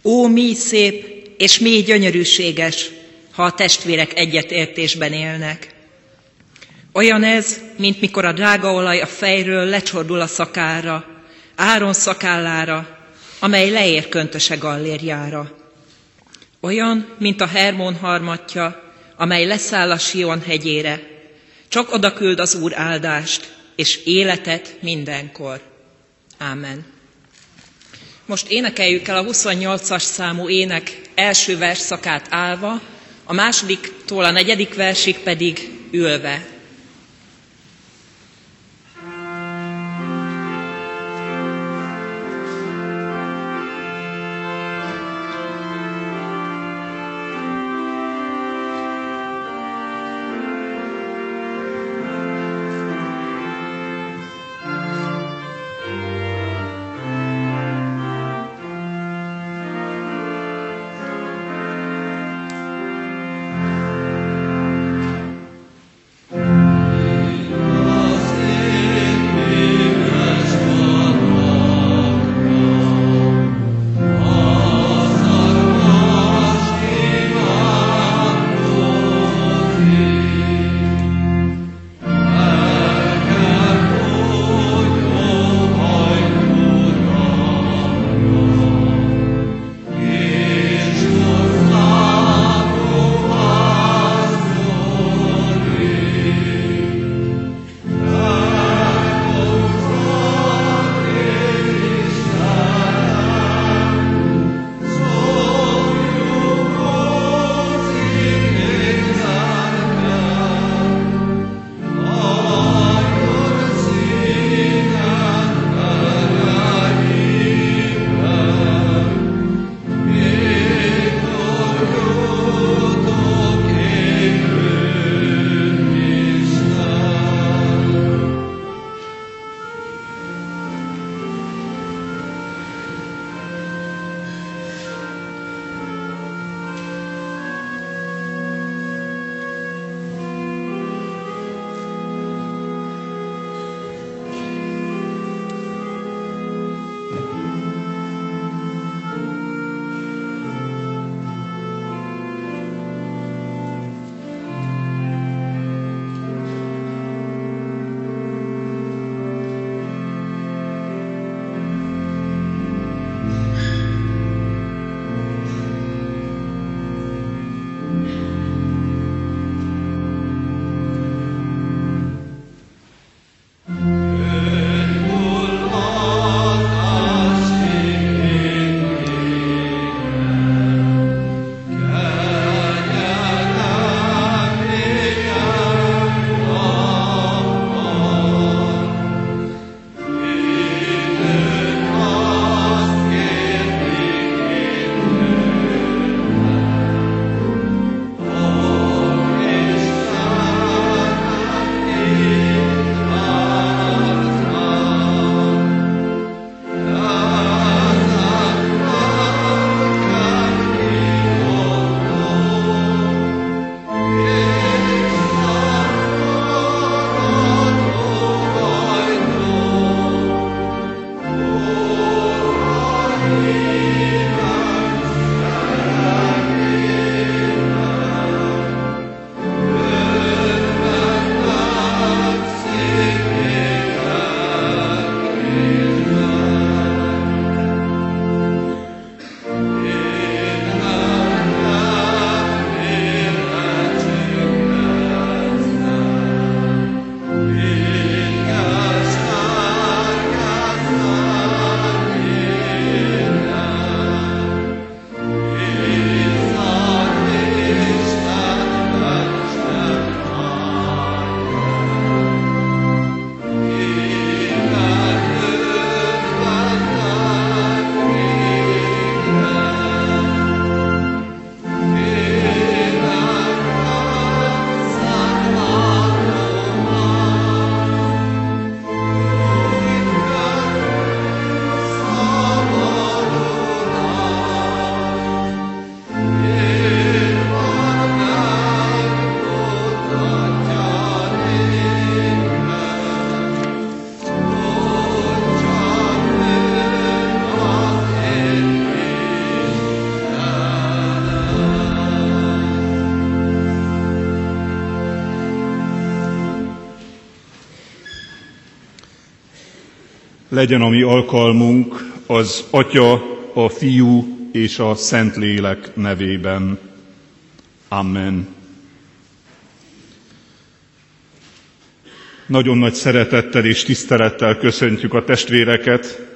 Ó, mi szép és mi gyönyörűséges, ha a testvérek egyetértésben élnek. Olyan ez, mint mikor a drága olaj a fejről lecsordul a szakára, Áron szakállára, amely leér köntöse gallérjára. Olyan, mint a Hermón harmatja, amely leszáll a Sion hegyére, csak oda küld az Úr áldást, és életet mindenkor. Ámen. Most énekeljük el a 28-as számú ének első versszakát állva, a másodiktól a 4. versig pedig ülve. legyen a mi alkalmunk az Atya, a Fiú és a Szentlélek nevében. Amen. Nagyon nagy szeretettel és tisztelettel köszöntjük a testvéreket.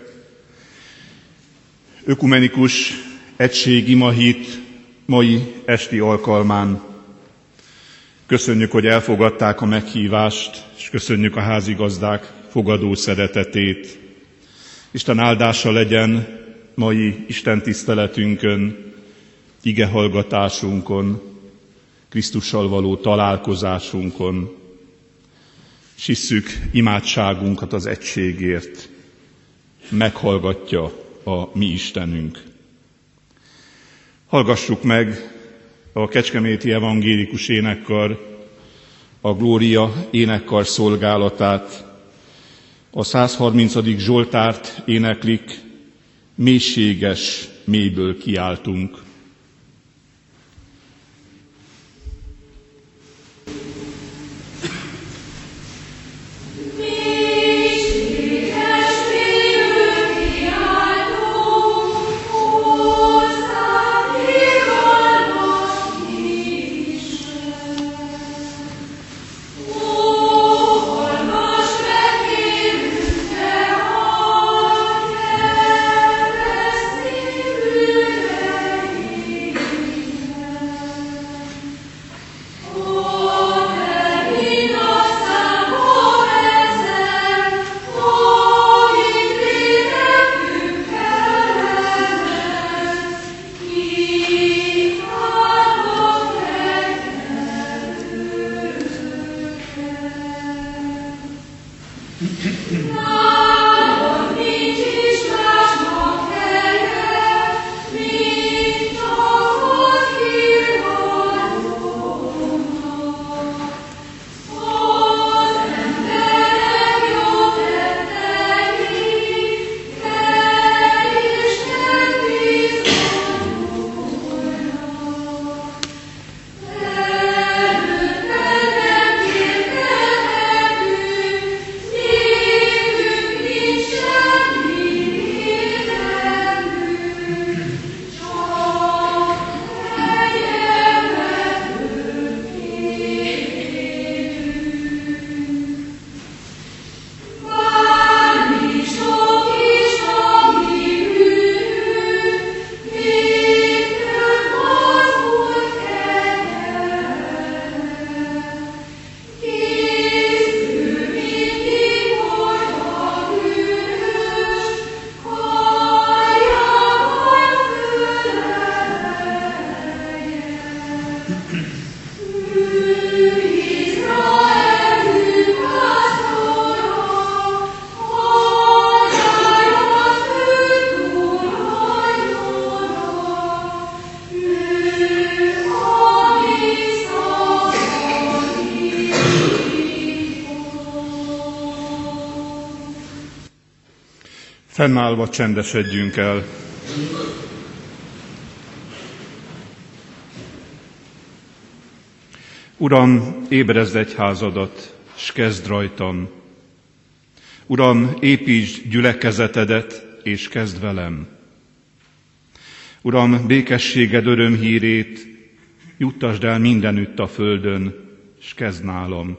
Ökumenikus egység imahit mai esti alkalmán. Köszönjük, hogy elfogadták a meghívást, és köszönjük a házigazdák fogadó szeretetét. Isten áldása legyen mai istentiszteletünkön, igehallgatásunkon, Krisztussal való találkozásunkon, és hisszük imádságunkat az egységért. Meghallgatja a mi Istenünk. Hallgassuk meg a Kecskeméti Evangélikus Énekkar, a Glória énekkar szolgálatát. A 130. Zsoltárt éneklik, mélységes mélyből kiáltunk. Fennállva csendesedjünk el. Uram, ébrezd egyházadat, s kezd rajtam. Uram, építsd gyülekezetedet, és kezd velem. Uram, békességed örömhírét juttasd el mindenütt a földön, s kezd nálam.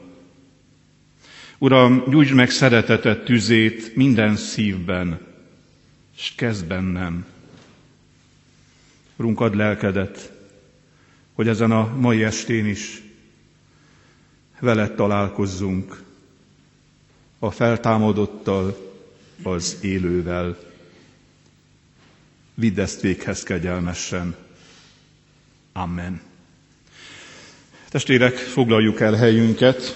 Uram, gyújtsd meg szereteted tüzét minden szívben, s kezd bennem. Urunk, add lelkedet, hogy ezen a mai estén is veled találkozzunk, a feltámadottal, az élővel. Vidd ezt véghez kegyelmesen. Amen. Testvérek, foglaljuk el helyünket.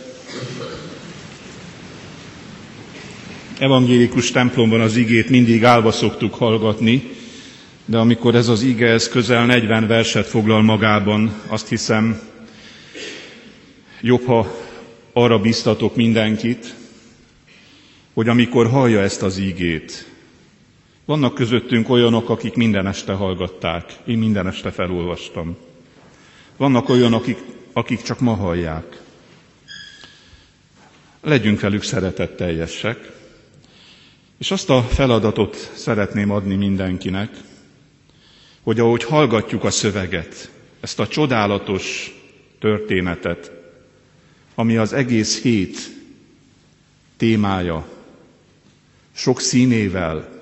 Evangélikus templomban az igét mindig állva szoktuk hallgatni, de amikor ez az ige, ez közel 40 verset foglal magában, azt hiszem, jobb, ha arra bíztatok mindenkit, hogy amikor hallja ezt az igét, vannak közöttünk olyanok, akik minden este hallgatták, én minden este felolvastam. Vannak olyanok, akik csak ma hallják. Legyünk velük szeretetteljesek, És azt a feladatot szeretném adni mindenkinek, hogy ahogy hallgatjuk a szöveget, ezt a csodálatos történetet, ami az egész hét témája, sok színével,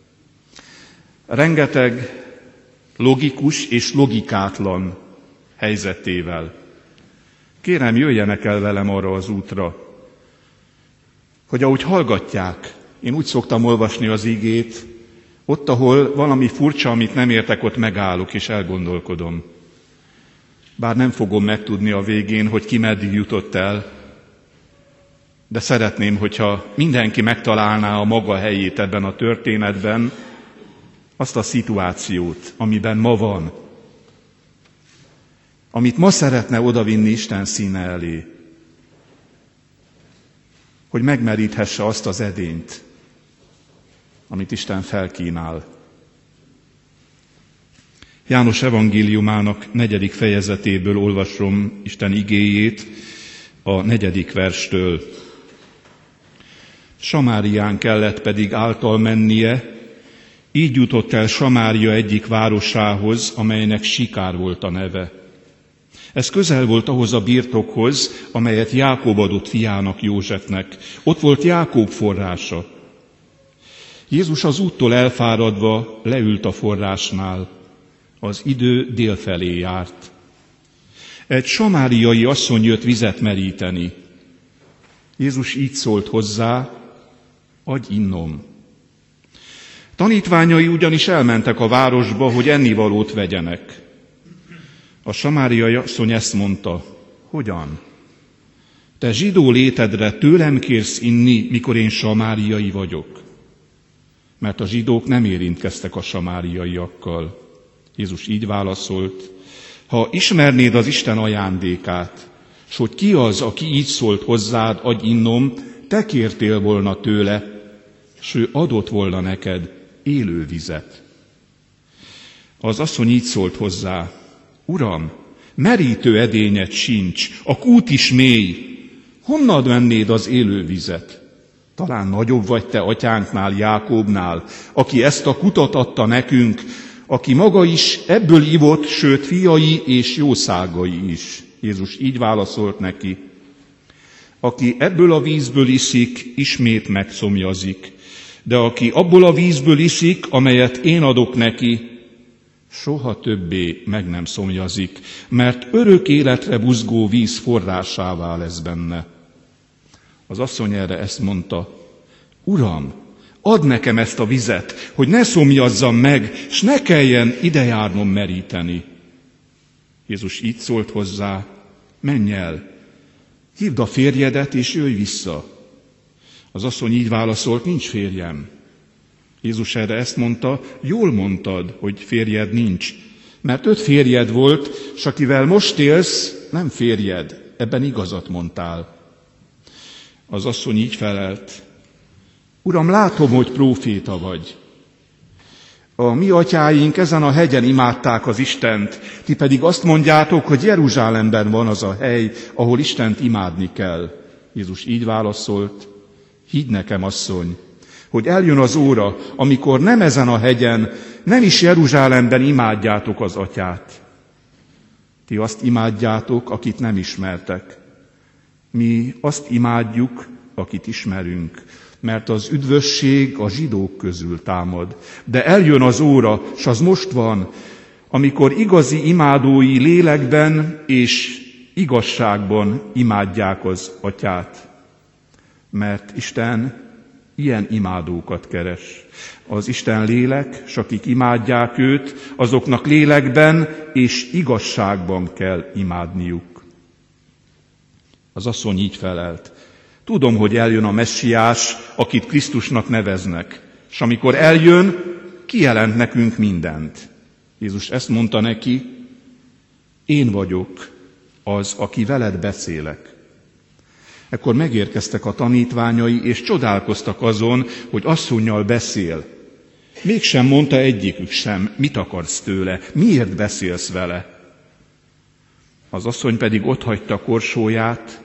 rengeteg logikus és logikátlan helyzetével. Kérem, jöjjenek el velem arra az útra, hogy ahogy hallgatják, én úgy szoktam olvasni az igét, ott, ahol valami furcsa, amit nem értek, ott megállok és elgondolkodom. Bár nem fogom megtudni a végén, hogy ki meddig jutott el, de szeretném, hogyha mindenki megtalálná a maga helyét ebben a történetben, azt a szituációt, amiben ma van, amit ma szeretne odavinni Isten színe elé, hogy megmeríthesse azt az edényt, amit Isten felkínál. János evangéliumának 4. fejezetéből olvasom Isten igéjét, a 4. verstől. Samárián kellett pedig által mennie, így jutott el Samária egyik városához, amelynek Sikár volt a neve. Ez közel volt ahhoz a birtokhoz, amelyet Jákob adott fiának, Józsefnek. Ott volt Jákob forrása. Jézus az úttól elfáradva leült a forrásnál. Az idő délfelé járt. Egy samáriai asszony jött vizet meríteni. Jézus így szólt hozzá, adj innom. Tanítványai ugyanis elmentek a városba, hogy ennivalót vegyenek. A samáriai asszony ezt mondta, hogyan? Te zsidó létedre tőlem kérsz inni, mikor én samáriai vagyok? Mert a zsidók nem érintkeztek a samáriaiakkal. Jézus így válaszolt, ha ismernéd az Isten ajándékát, s hogy ki az, aki így szólt hozzád, adj innom, te kértél volna tőle, s ő adott volna neked élő vizet. Az asszony így szólt hozzá, Uram, merítő edényed sincs, a kút is mély, honnan vennéd az élő vizet? Talán nagyobb vagy te atyánknál, Jákóbnál, aki ezt a kutat adta nekünk, aki maga is ebből ivott, sőt fiai és jószágai is. Jézus így válaszolt neki, aki ebből a vízből iszik, ismét megszomjazik, de aki abból a vízből iszik, amelyet én adok neki, soha többé meg nem szomjazik, mert örök életre buzgó víz forrásává lesz benne. Az asszony erre ezt mondta, Uram, add nekem ezt a vizet, hogy ne szomjazzam meg, s ne kelljen idejárnom meríteni. Jézus így szólt hozzá, menj el, hívd a férjedet, és jöjj vissza. Az asszony így válaszolt, nincs férjem. Jézus erre ezt mondta, jól mondtad, hogy férjed nincs, mert 5 férjed volt, s akivel most élsz, nem férjed, ebben igazat mondtál. Az asszony így felelt, Uram, látom, hogy próféta vagy. A mi atyáink ezen a hegyen imádták az Istent, ti pedig azt mondjátok, hogy Jeruzsálemben van az a hely, ahol Istent imádni kell. Jézus így válaszolt, hidd nekem, asszony, hogy eljön az óra, amikor nem ezen a hegyen, nem is Jeruzsálemben imádjátok az atyát. Ti azt imádjátok, akit nem ismertek. Mi azt imádjuk, akit ismerünk, mert az üdvösség a zsidók közül támad. De eljön az óra, s az most van, amikor igazi imádói lélekben és igazságban imádják az atyát. Mert Isten ilyen imádókat keres. Az Isten lélek, s akik imádják őt, azoknak lélekben és igazságban kell imádniuk. Az asszony így felelt. Tudom, hogy eljön a Messiás, akit Krisztusnak neveznek, és amikor eljön, kijelent nekünk mindent. Jézus ezt mondta neki, én vagyok az, aki veled beszélek. Ekkor megérkeztek a tanítványai, és csodálkoztak azon, hogy asszonnyal beszél. Mégsem mondta egyikük sem, mit akarsz tőle, miért beszélsz vele. Az asszony pedig otthagyta korsóját,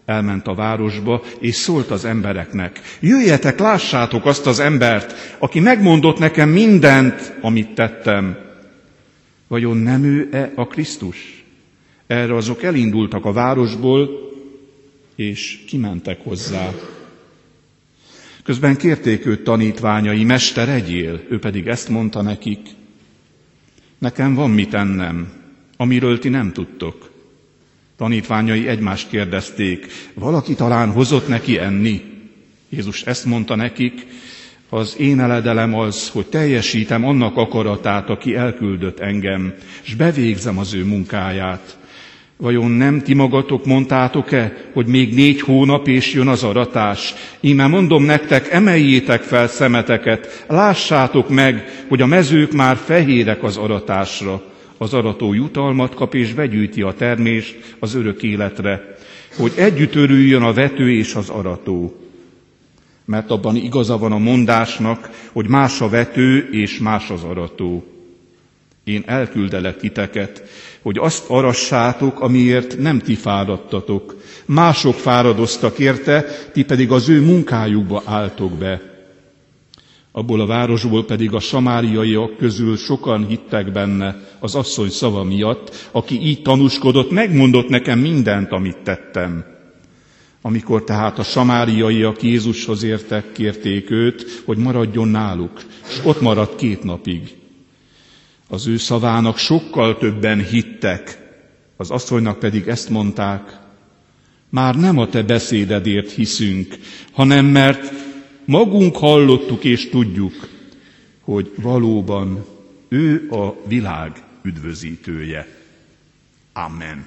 elment a városba, és szólt az embereknek: jöjjetek, lássátok azt az embert, aki megmondott nekem mindent, amit tettem. Vajon nem ő-e a Krisztus? Erre azok elindultak a városból, és kimentek hozzá. Közben kérték őt tanítványai: Mester, egyél! Ő pedig ezt mondta nekik: nekem van mit ennem, amiről ti nem tudtok. Tanítványai egymást kérdezték: valaki talán hozott neki enni? Jézus ezt mondta nekik: az én eledelem az, hogy teljesítem annak akaratát, aki elküldött engem, és bevégzem az ő munkáját. Vajon nem ti magatok mondtátok-e, hogy még 4 hónap és jön az aratás? Íme mondom nektek, emeljétek fel szemeteket, lássátok meg, hogy a mezők már fehérek az aratásra. Az arató jutalmat kap és begyűjti a termést az örök életre, hogy együtt örüljön a vető és az arató. Mert abban igaza van a mondásnak, hogy más a vető és más az arató. Én elküldelek titeket, hogy azt arassátok, amiért nem ti fáradtatok. Mások fáradoztak érte, ti pedig az ő munkájukba álltok be. Abból a városból pedig a samáriaiak közül sokan hittek benne az asszony szava miatt, aki így tanúskodott: megmondott nekem mindent, amit tettem. Amikor tehát a samáriaiak Jézushoz értek, kérték őt, hogy maradjon náluk, és ott maradt 2 napig. Az ő szavának sokkal többen hittek, az asszonynak pedig ezt mondták: már nem a te beszédedért hiszünk, hanem mert magunk hallottuk és tudjuk, hogy valóban ő a világ üdvözítője. Amen.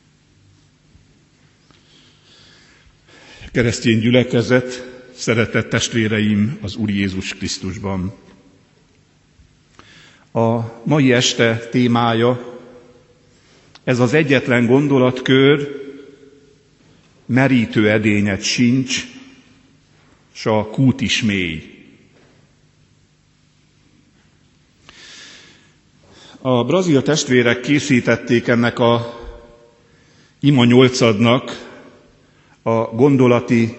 Keresztény gyülekezet, szeretett testvéreim az Úr Jézus Krisztusban! A mai este témája, ez az egyetlen gondolatkör: merítő edényed sincs, s a kút is mély. A brazil testvérek készítették ennek a ima 8-adnak a gondolati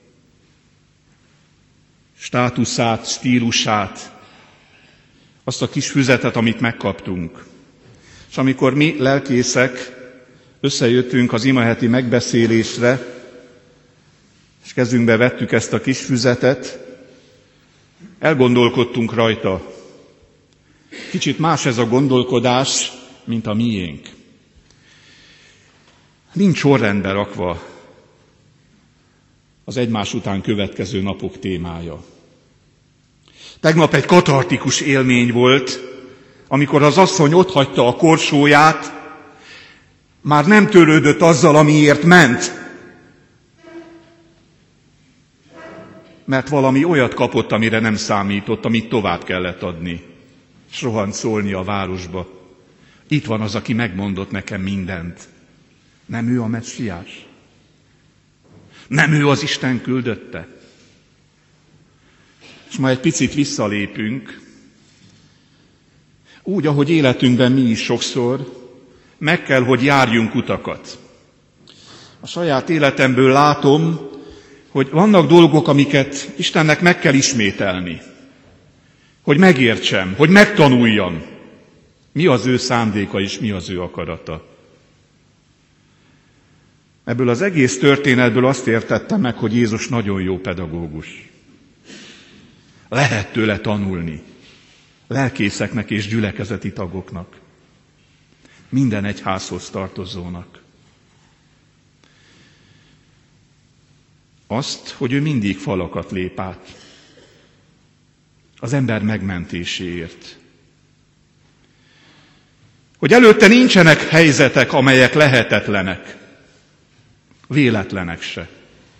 státuszát, stílusát, azt a kis füzetet, amit megkaptunk. És amikor mi lelkészek összejöttünk az imaheti megbeszélésre, és kezünkbe vettük ezt a kis füzetet, elgondolkodtunk rajta. Kicsit más ez a gondolkodás, mint a miénk. Nincs sorrendbe rakva az egymás után következő napok témája. Tegnap egy katartikus élmény volt, amikor az asszony otthagyta a korsóját, már nem törődött azzal, amiért ment, mert valami olyat kapott, amire nem számított, amit tovább kellett adni, és rohant szólni a városba: itt van az, aki megmondott nekem mindent. Nem ő a messiás? Nem ő az Isten küldötte? És ma egy picit visszalépünk, úgy, ahogy életünkben mi is sokszor meg kell, hogy járjunk utakat. A saját életemből látom, hogy vannak dolgok, amiket Istennek meg kell ismételni, hogy megértsem, hogy megtanuljam, mi az ő szándéka és mi az ő akarata. Ebből az egész történetből azt értettem meg, hogy Jézus nagyon jó pedagógus. Lehet tőle tanulni, lelkészeknek és gyülekezeti tagoknak, minden egyházhoz tartozónak. Azt, hogy ő mindig falakat lép át az ember megmentéséért. Hogy előtte nincsenek helyzetek, amelyek lehetetlenek, véletlenek se.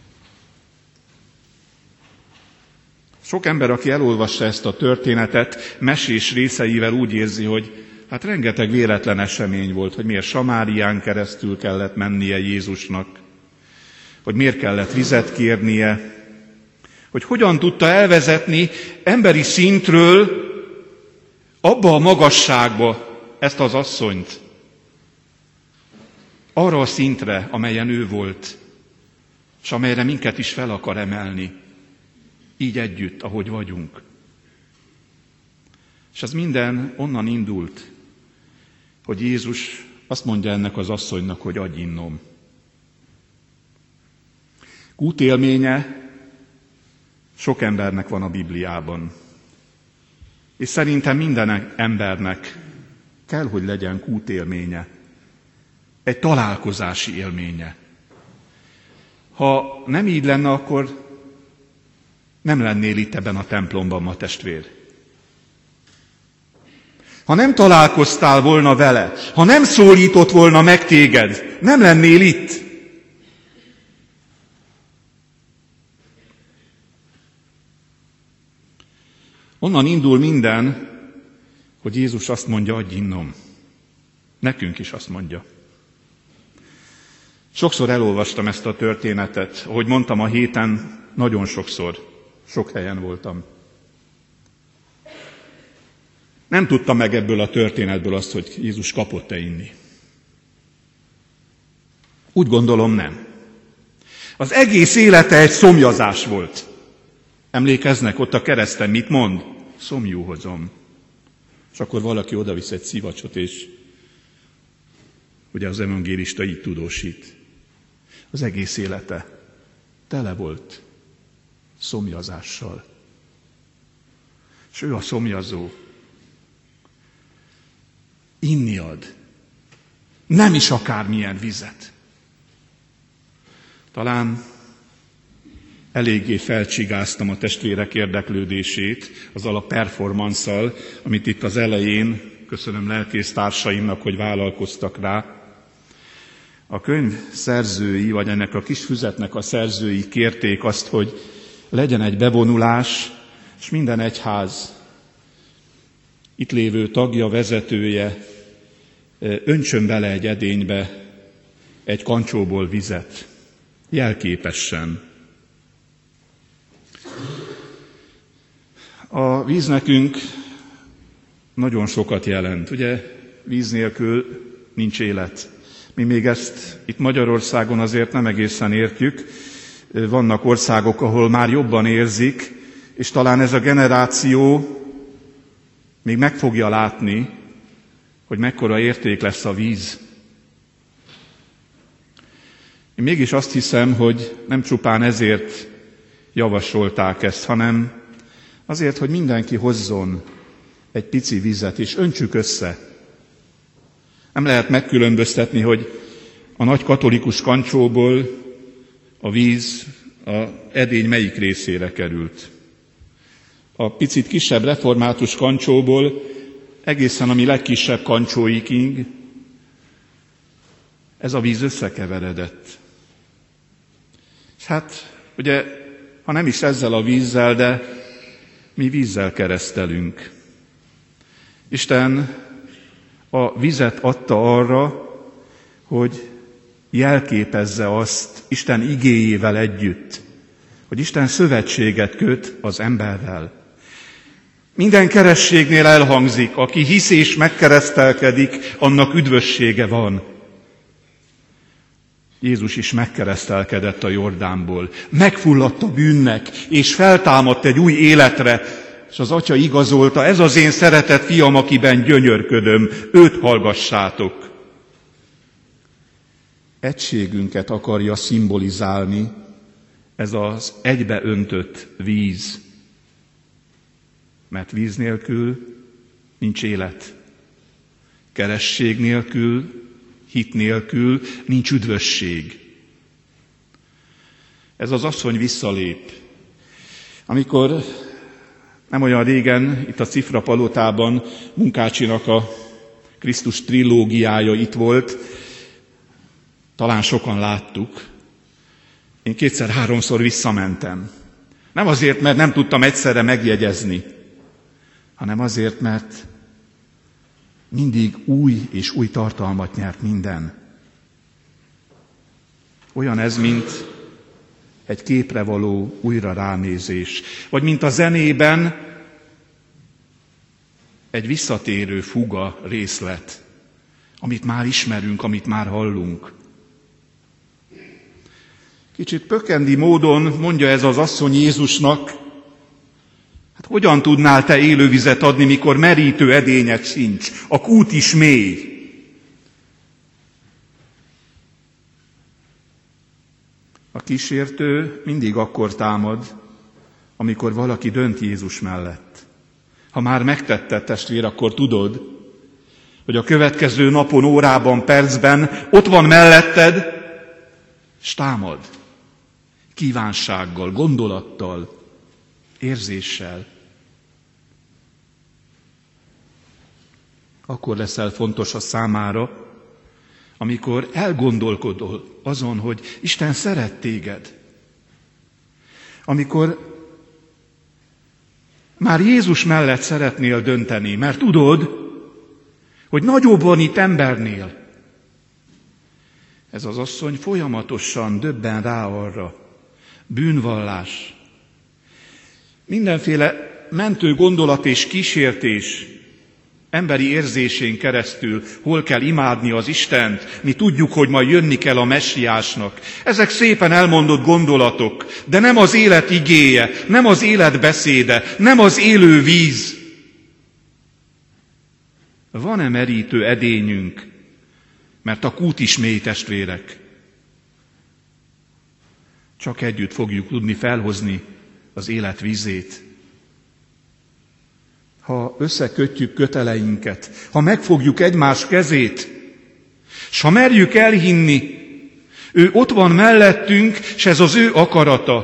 Sok ember, aki elolvassa ezt a történetet, mesés részeivel úgy érzi, hogy hát rengeteg véletlen esemény volt, hogy miért Samárián keresztül kellett mennie Jézusnak, hogy miért kellett vizet kérnie, hogy hogyan tudta elvezetni emberi szintről abba a magasságba ezt az asszonyt, arra a szintre, amelyen ő volt. és amelyre minket is fel akar emelni, így együtt, ahogy vagyunk. És ez minden onnan indult, hogy Jézus azt mondja ennek az asszonynak, hogy adj innom. Kútélménye sok embernek van a Bibliában. És szerintem minden embernek kell, hogy legyen kútélménye. Egy találkozási élménye. Ha nem így lenne, akkor nem lennél itt ebben a templomban ma, testvér. Ha nem találkoztál volna vele, ha nem szólított volna meg téged, nem lennél itt. Onnan indul minden, hogy Jézus azt mondja, adj innom. Nekünk is azt mondja. Sokszor elolvastam ezt a történetet, ahogy mondtam a héten, nagyon sokszor, sok helyen voltam. Nem tudtam meg ebből a történetből azt, hogy Jézus kapott-e inni. Úgy gondolom, nem. Az egész élete egy szomjazás volt. Emlékeznek, ott a kereszten mit mond? Szomjúhozom. És akkor valaki odavisz egy szivacsot, és ugye az evangélista így tudósít. Az egész élete tele volt szomjazással. És ő a szomjazó. Inni ad. Nem is akármilyen vizet. Talán eléggé felcsigáztam a testvérek érdeklődését azzal a performansszal, amit itt az elején, köszönöm lelkésztársaimnak, hogy vállalkoztak rá. A könyv szerzői, vagy ennek a kis füzetnek a szerzői kérték azt, hogy legyen egy bevonulás, és minden egyház itt lévő tagja, vezetője öntsön bele egy edénybe egy kancsóból vizet, jelképesen. A víz nekünk nagyon sokat jelent. Ugye víz nélkül nincs élet. Mi még ezt itt Magyarországon azért nem egészen értjük. Vannak országok, ahol már jobban érzik, és talán ez a generáció még meg fogja látni, hogy mekkora érték lesz a víz. Én mégis azt hiszem, hogy nem csupán ezért javasolták ezt, hanem azért, hogy mindenki hozzon egy pici vizet, és öntsük össze. Nem lehet megkülönböztetni, hogy a nagy katolikus kancsóból a víz az edény melyik részére került. A picit kisebb református kancsóból egészen a mi legkisebb kancsóikig ez a víz összekeveredett. És hát ugye, ha nem is ezzel a vízzel, de mi vízzel keresztelünk. Isten a vizet adta arra, hogy jelképezze azt Isten igéjével együtt, hogy Isten szövetséget köt az emberrel. Minden kerességnél elhangzik, aki hisz és megkeresztelkedik, annak üdvössége van. Jézus is megkeresztelkedett a Jordánból, megfulladt a bűnnek, és feltámadt egy új életre, és az Atya igazolta, ez az én szeretett fiam, akiben gyönyörködöm, őt hallgassátok. Egységünket akarja szimbolizálni ez az egybeöntött víz. Mert víz nélkül nincs élet. Keresség nélkül, hit nélkül nincs üdvösség. Ez az asszony visszalép. Amikor nem olyan régen itt a Cifra palotában Munkácsinak a Krisztus trilógiája itt volt, talán sokan láttuk. Én 2-3-szor visszamentem. Nem azért, mert nem tudtam egyszerre megjegyezni, hanem azért, mert mindig új és új tartalmat nyert minden. Olyan ez, mint egy képre való újra ránézés, vagy mint a zenében egy visszatérő fuga részlet, amit már ismerünk, amit már hallunk. Kicsit pökkendi módon mondja ez az asszony Jézusnak: hát hogyan tudnál te élővizet adni, mikor merítő edényed sincs, a kút is mély? A kísértő mindig akkor támad, amikor valaki dönt Jézus mellett. Ha már megtetted, testvér, akkor tudod, hogy a következő napon, órában, percben ott van melletted, és támad. Kívánsággal, gondolattal, érzéssel. Akkor leszel fontos a számára, amikor elgondolkodol azon, hogy Isten szeret téged. Amikor már Jézus mellett szeretnél dönteni, mert tudod, hogy nagyobb van itt embernél. Ez az asszony folyamatosan döbben rá arra. Bűnvallás. Mindenféle mentő gondolat és kísértés emberi érzésén keresztül, hol kell imádni az Istent, mi tudjuk, hogy majd jönni kell a messiásnak. Ezek szépen elmondott gondolatok, de nem az élet igéje, nem az élet beszéde, nem az élő víz. Van-e merítő edényünk? Mert a kút is mély, testvérek. Csak együtt fogjuk tudni felhozni az élet vízét. Ha összekötjük köteleinket, ha megfogjuk egymás kezét, s ha merjük elhinni, ő ott van mellettünk, s ez az ő akarata.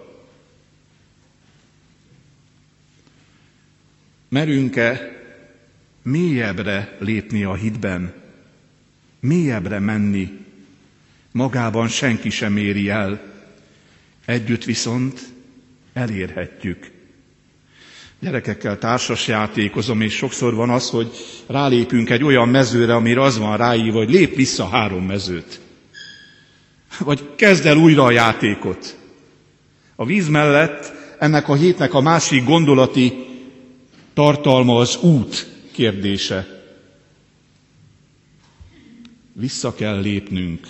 Merünk-e mélyebbre lépni a hitben, mélyebbre menni? Magában senki sem éri el, együtt viszont elérhetjük. Gyerekekkel társasjátékozom, és sokszor van az, hogy rálépünk egy olyan mezőre, amire az van ráírva, hogy lép vissza 3 mezőt. Vagy kezd el újra a játékot. A víz mellett ennek a hétnek a másik gondolati tartalma az út kérdése. Vissza kell lépnünk.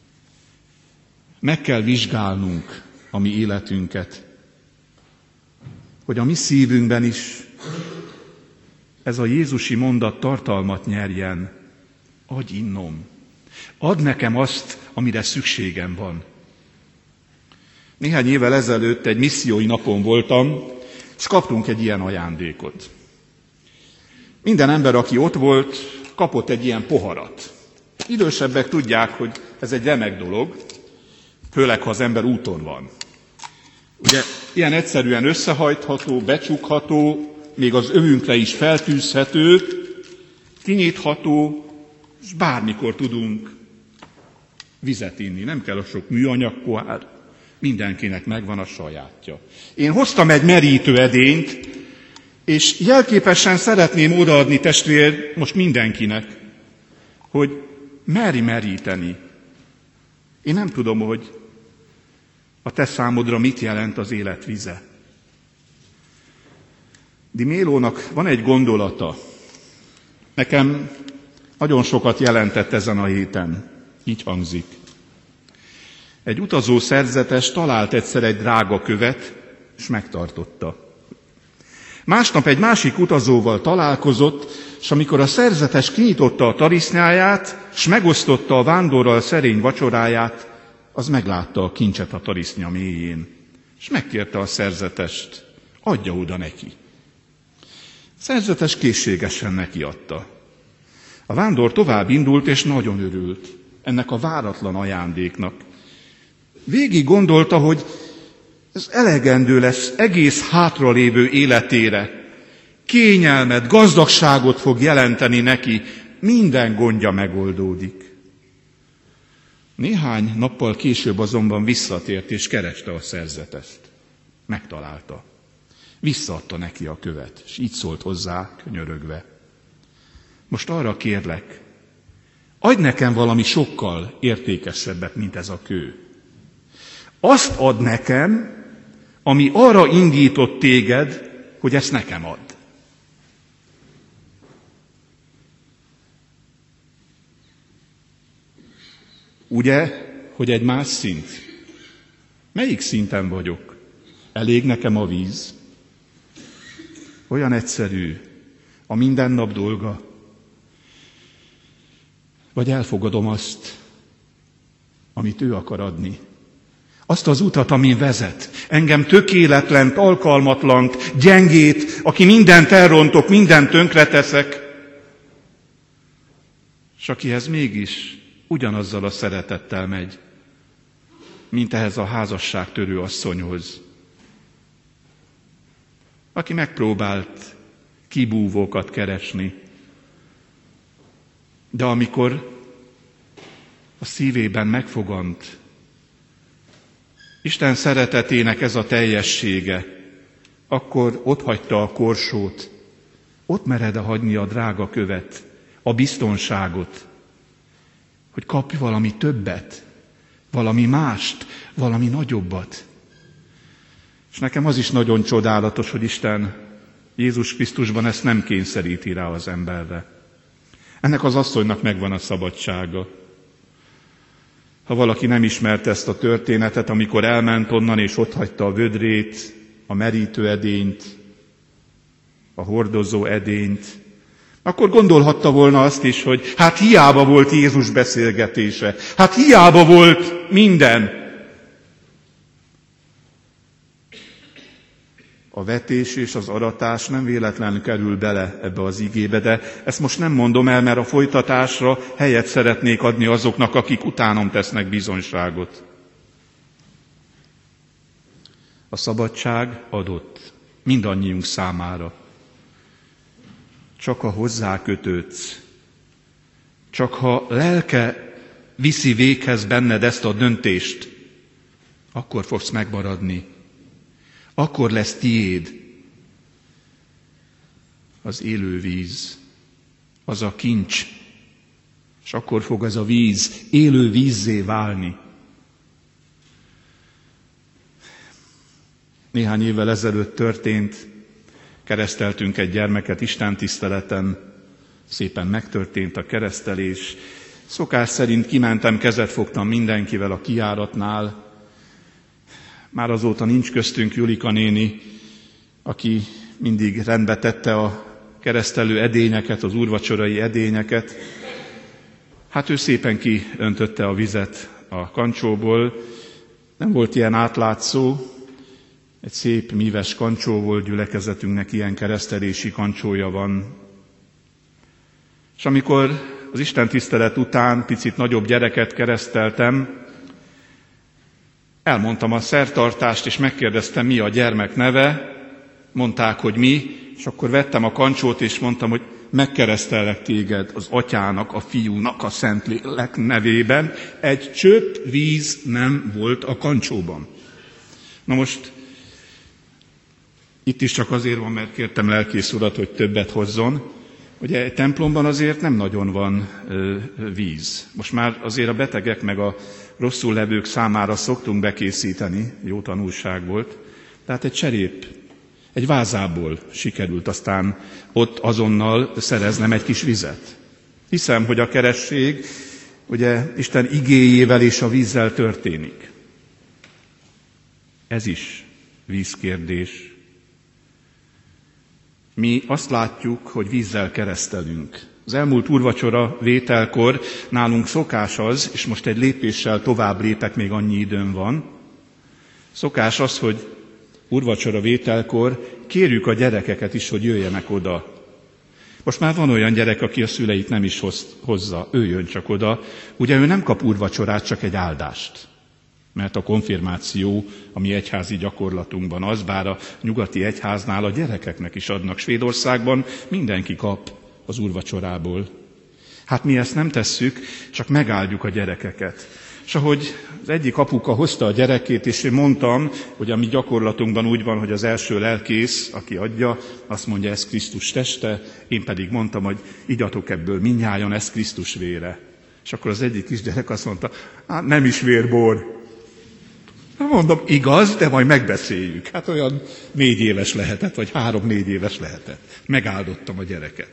Meg kell vizsgálnunk a mi életünket, hogy a mi szívünkben is ez a jézusi mondat tartalmat nyerjen. Adj innom, add nekem azt, amire szükségem van. Néhány évvel ezelőtt egy missziói napon voltam, és kaptunk egy ilyen ajándékot. Minden ember, aki ott volt, kapott egy ilyen poharat. Idősebbek tudják, hogy ez egy remek dolog, főleg, ha az ember úton van. Ugye ilyen egyszerűen összehajtható, becsukható, még az övünkre is feltűzhető, kinyitható, és bármikor tudunk vizet inni. Nem kell a sok műanyag pohár, mindenkinek megvan a sajátja. Én hoztam egy merítő edényt, és jelképesen szeretném odaadni, testvér, most mindenkinek, hogy merj meríteni. Én nem tudom, hogy a te számodra mit jelent az élet vize. Di Mélónak van egy gondolata. Nekem nagyon sokat jelentett ezen a héten. Így hangzik. Egy utazó szerzetes talált egyszer egy drága követ, és megtartotta. Másnap egy másik utazóval találkozott, és amikor a szerzetes kinyitotta a tarisznyáját, és megosztotta a vándorral szerény vacsoráját, az meglátta a kincset a tarisznya mélyén, és megkérte a szerzetest, adja oda neki. A szerzetes készségesen nekiadta. A vándor tovább indult, és nagyon örült ennek a váratlan ajándéknak. Végig gondolta, hogy ez elegendő lesz egész hátralévő életére. Kényelmet, gazdagságot fog jelenteni neki, minden gondja megoldódik. Néhány nappal később azonban visszatért és kereste a szerzetest. Megtalálta. Visszaadta neki a követ, és így szólt hozzá, könyörögve. Most arra kérlek, adj nekem valami sokkal értékesebbet, mint ez a kő. Azt add nekem, ami arra indított téged, hogy ezt nekem add. Ugye, hogy egy más szint? Melyik szinten vagyok? Elég nekem a víz? Olyan egyszerű a mindennap dolga? Vagy elfogadom azt, amit ő akar adni? Azt az utat, amin vezet. Engem tökéletlent, alkalmatlant, gyengét, aki mindent elrontok, mindent tönkreteszek, és akihez mégis ugyanazzal a szeretettel megy, mint ehhez a házasságtörő asszonyhoz, aki megpróbált kibúvókat keresni, de amikor a szívében megfogant Isten szeretetének ez a teljessége, akkor otthagyta a korsót, ott mered-e hagyni a drága követ, a biztonságot, hogy kapj valami többet, valami mást, valami nagyobbat. És nekem az is nagyon csodálatos, hogy Isten Jézus Krisztusban ezt nem kényszeríti rá az emberre. Ennek az asszonynak megvan a szabadsága. Ha valaki nem ismerte ezt a történetet, amikor elment onnan és otthagyta a vödrét, a merítő edényt, a hordozó edényt, akkor gondolhatta volna azt is, hogy hát hiába volt Jézus beszélgetése, hát hiába volt minden. A vetés és az aratás nem véletlenül kerül bele ebbe az igébe, de ezt most nem mondom el, mert a folytatásra helyet szeretnék adni azoknak, akik utánam tesznek bizonyságot. A szabadság adott mindannyiunk számára. Csak ha hozzá kötődsz, csak ha lelke viszi véghez benned ezt a döntést, akkor fogsz megmaradni. Akkor lesz tiéd az élő víz, az a kincs, és akkor fog ez a víz élő vízzé válni. Néhány évvel ezelőtt történt, kereszteltünk egy gyermeket istentiszteleten, szépen megtörtént a keresztelés. Szokás szerint kimentem, kezet fogtam mindenkivel a kijáratnál. Már azóta nincs köztünk Julika néni, aki mindig rendbe tette a keresztelő edényeket, az úrvacsorai edényeket. Hát ő szépen kiöntötte a vizet a kancsóból. Nem volt ilyen átlátszó, egy szép, míves kancsó volt, gyülekezetünknek ilyen keresztelési kancsója van. És amikor az istentisztelet után picit nagyobb gyereket kereszteltem, elmondtam a szertartást, és megkérdeztem, mi a gyermek neve. Mondták, hogy mi, és akkor vettem a kancsót, és mondtam, hogy megkeresztellek téged az Atyának, a Fiúnak, a Szentlélek nevében. Egy csöpp víz nem volt a kancsóban. Na most, itt is csak azért van, mert kértem lelkész urat, hogy többet hozzon. Ugye egy templomban azért nem nagyon van víz. Most már azért a betegek meg a rosszul levők számára szoktunk bekészíteni, jó tanulság volt. Tehát egy cserép, egy vázából sikerült aztán ott azonnal szereznem egy kis vizet. Hiszem, hogy a keresség ugye Isten igéjével és a vízzel történik. Ez is vízkérdés. Mi azt látjuk, hogy vízzel keresztelünk. Az elmúlt úrvacsora vételkor nálunk szokás az, és most egy lépéssel tovább lépek, még annyi időm van, szokás az, hogy úrvacsora vételkor kérjük a gyerekeket is, hogy jöjjenek oda. Most már van olyan gyerek, aki a szüleit nem is hozza, ő jön csak oda. Ugye ő nem kap úrvacsorát, csak egy áldást. Mert a konfirmáció a mi egyházi gyakorlatunkban az, bár a nyugati egyháznál a gyerekeknek is adnak. Svédországban mindenki kap az úrvacsorából. Hát mi ezt nem tesszük, csak megáldjuk a gyerekeket. És ahogy az egyik apuka hozta a gyerekét, és én mondtam, hogy a mi gyakorlatunkban úgy van, hogy az első lelkész, aki adja, azt mondja, ez Krisztus teste, én pedig mondtam, hogy igyatok ebből mindnyájan, ez Krisztus vére. És akkor az egyik kisgyerek azt mondta, nem is vérbor. Mondom, igaz, de majd megbeszéljük. Hát olyan 4 éves lehetett, vagy 3-4 éves lehetett. Megáldottam a gyereket.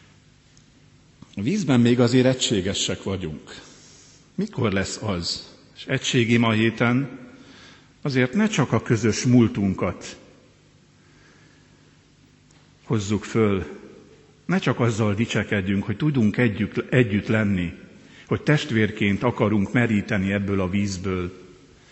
A vízben még azért egységesek vagyunk. Mikor lesz az, És egységi ma héten azért ne csak a közös múltunkat hozzuk föl, ne csak azzal dicsekedjünk, hogy tudunk együtt lenni, hogy testvérként akarunk meríteni ebből a vízből.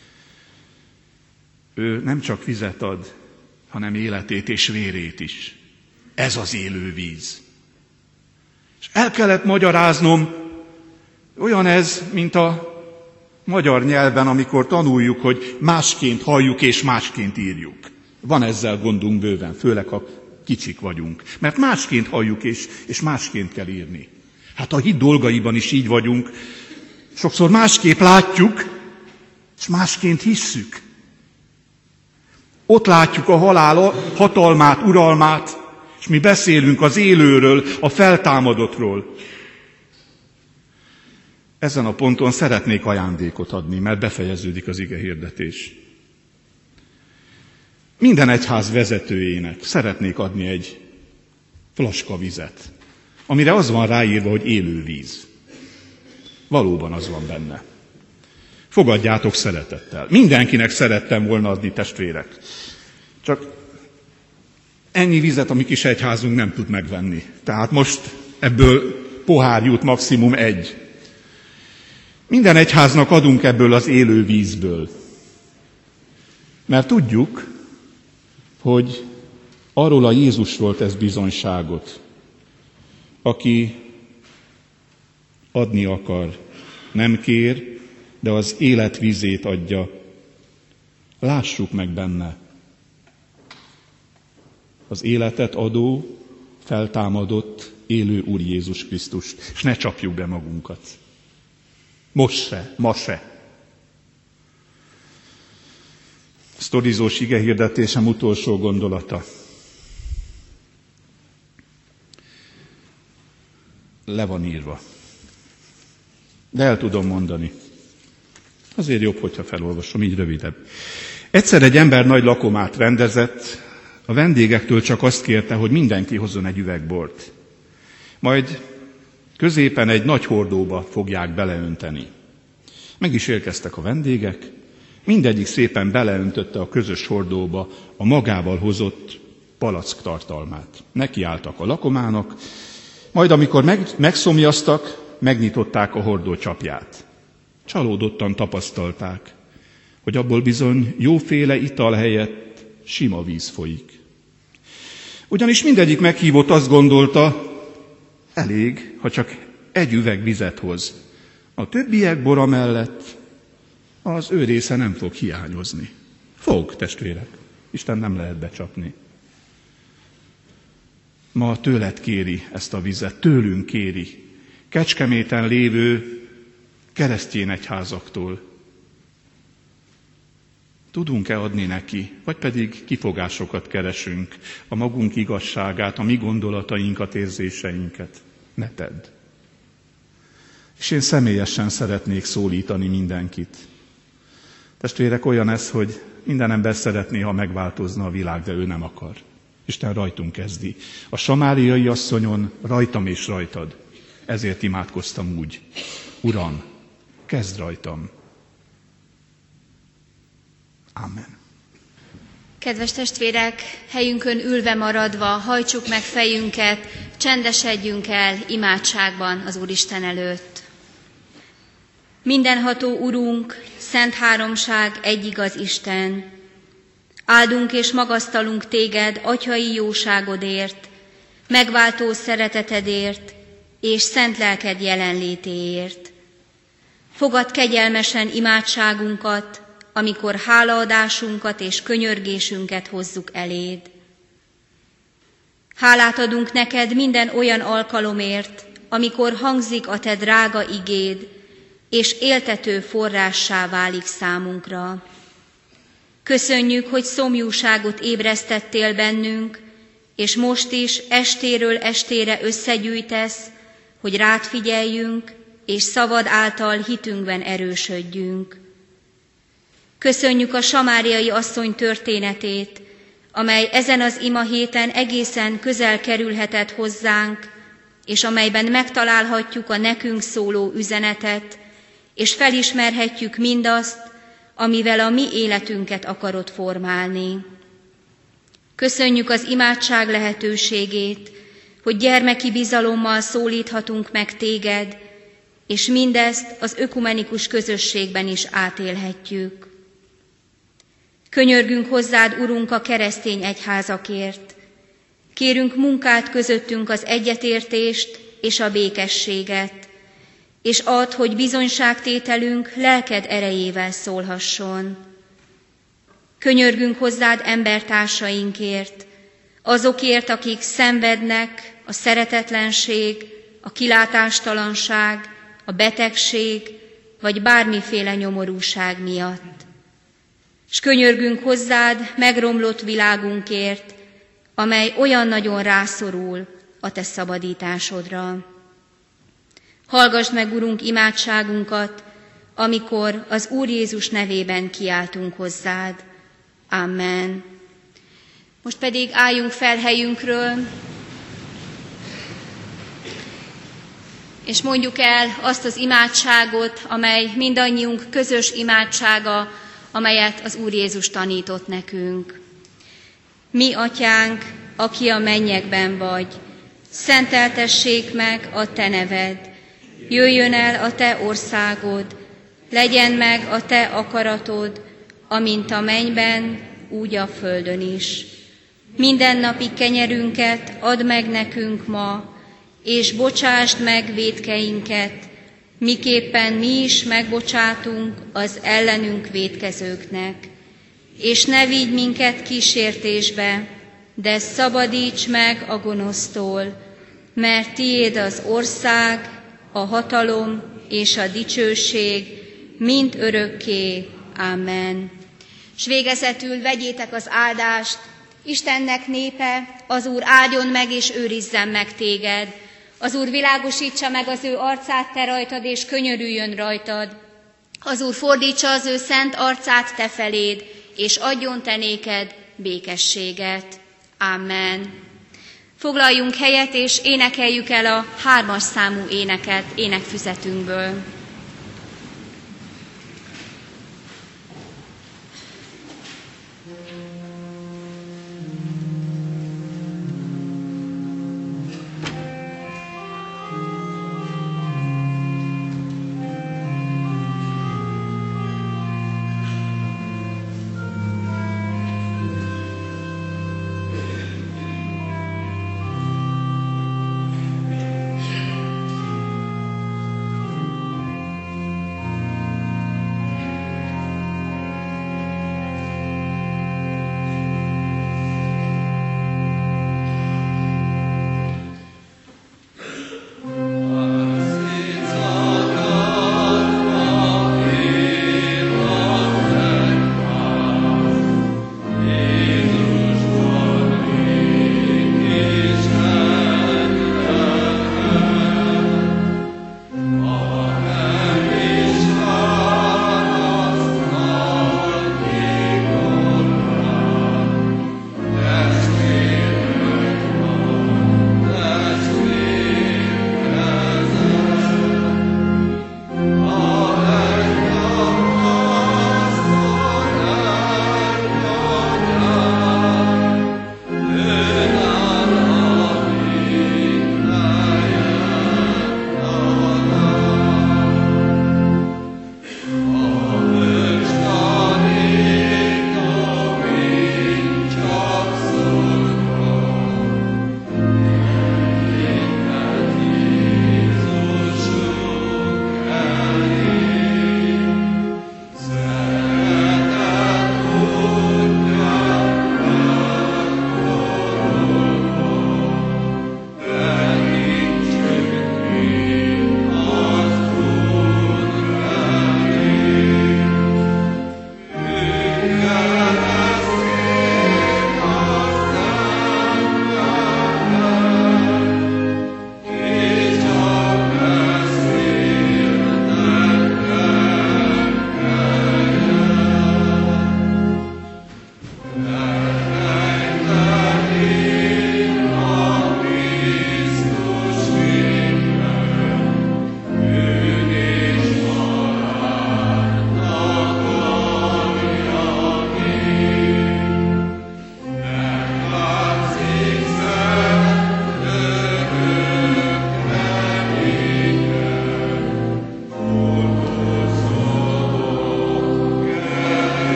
Ő nem csak vizet ad, hanem életét és vérét is. Ez az élő víz. És el kellett magyaráznom, olyan ez, mint a magyar nyelven, amikor tanuljuk, hogy másként halljuk és másként írjuk. Van ezzel gondunk bőven, főleg ha kicsik vagyunk. Mert másként halljuk és másként kell írni. Hát a hit dolgaiban is így vagyunk. Sokszor másképp látjuk, és másként hisszük. Ott látjuk a halál hatalmát, uralmát, és mi beszélünk az élőről, a feltámadottról. Ezen a ponton szeretnék ajándékot adni, mert befejeződik az igehirdetés. Minden egyház vezetőjének szeretnék adni egy flaska vizet, amire az van ráírva, hogy élő víz. Valóban az van benne. Fogadjátok szeretettel. Mindenkinek szerettem volna adni, testvérek. Csak ennyi vizet a mi kis egyházunk nem tud megvenni. Tehát most ebből pohár jut maximum egy. Minden egyháznak adunk ebből az élő vízből. Mert tudjuk, hogy arról a Jézusról tesz bizonyságot, aki adni akar, nem kér, de az élet vízét adja. Lássuk meg benne. Az életet adó, feltámadott, élő Úr Jézus Krisztust, és ne csapjuk be magunkat. Most se, ma se. Sztorizós igehirdetésem utolsó gondolata. Le van írva. De el tudom mondani. Azért jobb, hogyha felolvasom, így rövidebb. Egyszer egy ember nagy lakomát rendezett, a vendégektől csak azt kérte, hogy mindenki hozzon egy üveg bort. Majd középen egy nagy hordóba fogják beleönteni. Meg is érkeztek a vendégek, mindegyik szépen beleöntötte a közös hordóba a magával hozott palack tartalmát. Nekiálltak a lakomának, majd amikor megszomjaztak, megnyitották a hordó csapját. Csalódottan tapasztalták, hogy abból bizony jóféle ital helyett sima víz folyik. Ugyanis mindegyik meghívott azt gondolta, elég, ha csak egy üveg vizet hoz. A többiek bora mellett az ő része nem fog hiányozni. Fog, testvérek. Isten nem lehet becsapni. Ma tőled kéri ezt a vizet, tőlünk kéri. Kecskeméten lévő keresztény egyházaktól. Tudunk-e adni neki, vagy pedig kifogásokat keresünk, a magunk igazságát, a mi gondolatainkat, érzéseinket? Ne tedd. És én személyesen szeretnék szólítani mindenkit. Testvérek, olyan ez, hogy minden ember szeretné, ha megváltozna a világ, de ő nem akar. Isten rajtunk kezdi. A samáriai asszonyon, rajtam és rajtad. Ezért imádkoztam úgy. Uram, kezd rajtam. Amen. Kedves testvérek, helyünkön ülve maradva, hajtsuk meg fejünket, csendesedjünk el imádságban az Úristen előtt. Mindenható Urunk, Szent Háromság, egyigaz Isten, áldunk és magasztalunk Téged atyai jóságodért, megváltó szeretetedért és szent lelked jelenlétéért. Fogadd kegyelmesen imádságunkat, amikor hálaadásunkat és könyörgésünket hozzuk eléd. Hálát adunk neked minden olyan alkalomért, amikor hangzik a te drága igéd, és éltető forrássá válik számunkra. Köszönjük, hogy szomjúságot ébresztettél bennünk, és most is estéről estére összegyűjtesz, hogy rád figyeljünk, és szavad által hitünkben erősödjünk. Köszönjük a samáriai asszony történetét, amely ezen az ima héten egészen közel kerülhetett hozzánk, és amelyben megtalálhatjuk a nekünk szóló üzenetet, és felismerhetjük mindazt, amivel a mi életünket akarod formálni. Köszönjük az imádság lehetőségét, hogy gyermeki bizalommal szólíthatunk meg téged, és mindezt az ökumenikus közösségben is átélhetjük. Könyörgünk hozzád, Urunk, a keresztény egyházakért. Kérünk munkát közöttünk az egyetértést és a békességet, és add, hogy bizonyságtételünk lelked erejével szólhasson. Könyörgünk hozzád embertársainkért, azokért, akik szenvednek a szeretetlenség, a kilátástalanság, a betegség vagy bármiféle nyomorúság miatt. S könyörgünk hozzád megromlott világunkért, amely olyan nagyon rászorul a te szabadításodra. Hallgasd meg, Urunk, imádságunkat, amikor az Úr Jézus nevében kiáltunk hozzád. Amen. Most pedig álljunk fel helyünkről, és mondjuk el azt az imádságot, amely mindannyiunk közös imádsága, amelyet az Úr Jézus tanított nekünk. Mi, Atyánk, aki a mennyekben vagy, szenteltessék meg a te neved, jöjjön el a te országod, legyen meg a te akaratod, amint a mennyben, úgy a földön is. Mindennapi kenyerünket add meg nekünk ma, és bocsásd meg vétkeinket, miképpen mi is megbocsátunk az ellenünk vétkezőknek. És ne vigy minket kísértésbe, de szabadíts meg a gonosztól, mert tiéd az ország, a hatalom és a dicsőség mind örökké. Amen. S végezetül vegyétek az áldást. Istennek népe, az Úr áldjon meg és őrizzen meg téged. Az Úr világosítsa meg az ő arcát te rajtad, és könyörüljön rajtad. Az Úr fordítsa az ő szent arcát te feléd, és adjon te néked békességet. Amen. Foglaljunk helyet, és énekeljük el a 3. számú éneket énekfüzetünkből.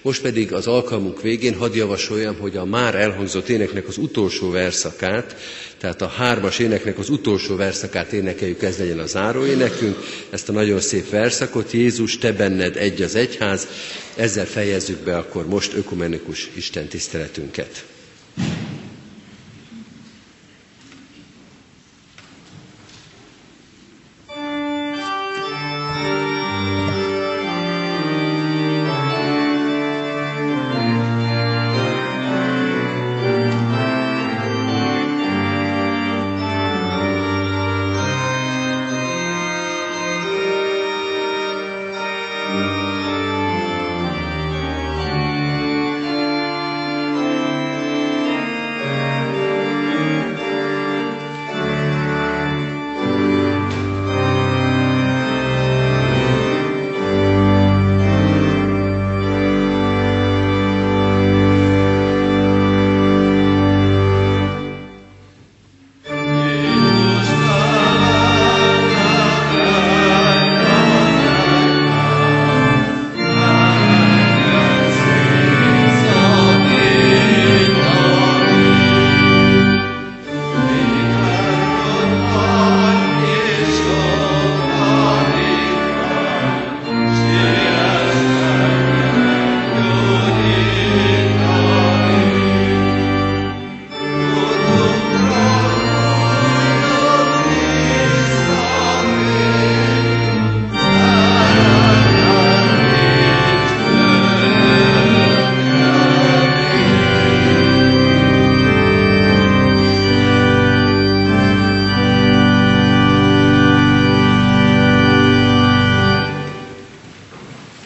Most pedig az alkalmunk végén hadd javasoljam, hogy a már elhangzott éneknek az utolsó verszakát, tehát a 3-as éneknek az utolsó verszakát énekeljük, ez legyen a záróénekünk. Ezt a nagyon szép verszakot, Jézus, te benned egy az egyház, ezzel fejezzük be akkor most ökumenikus istentiszteletünket.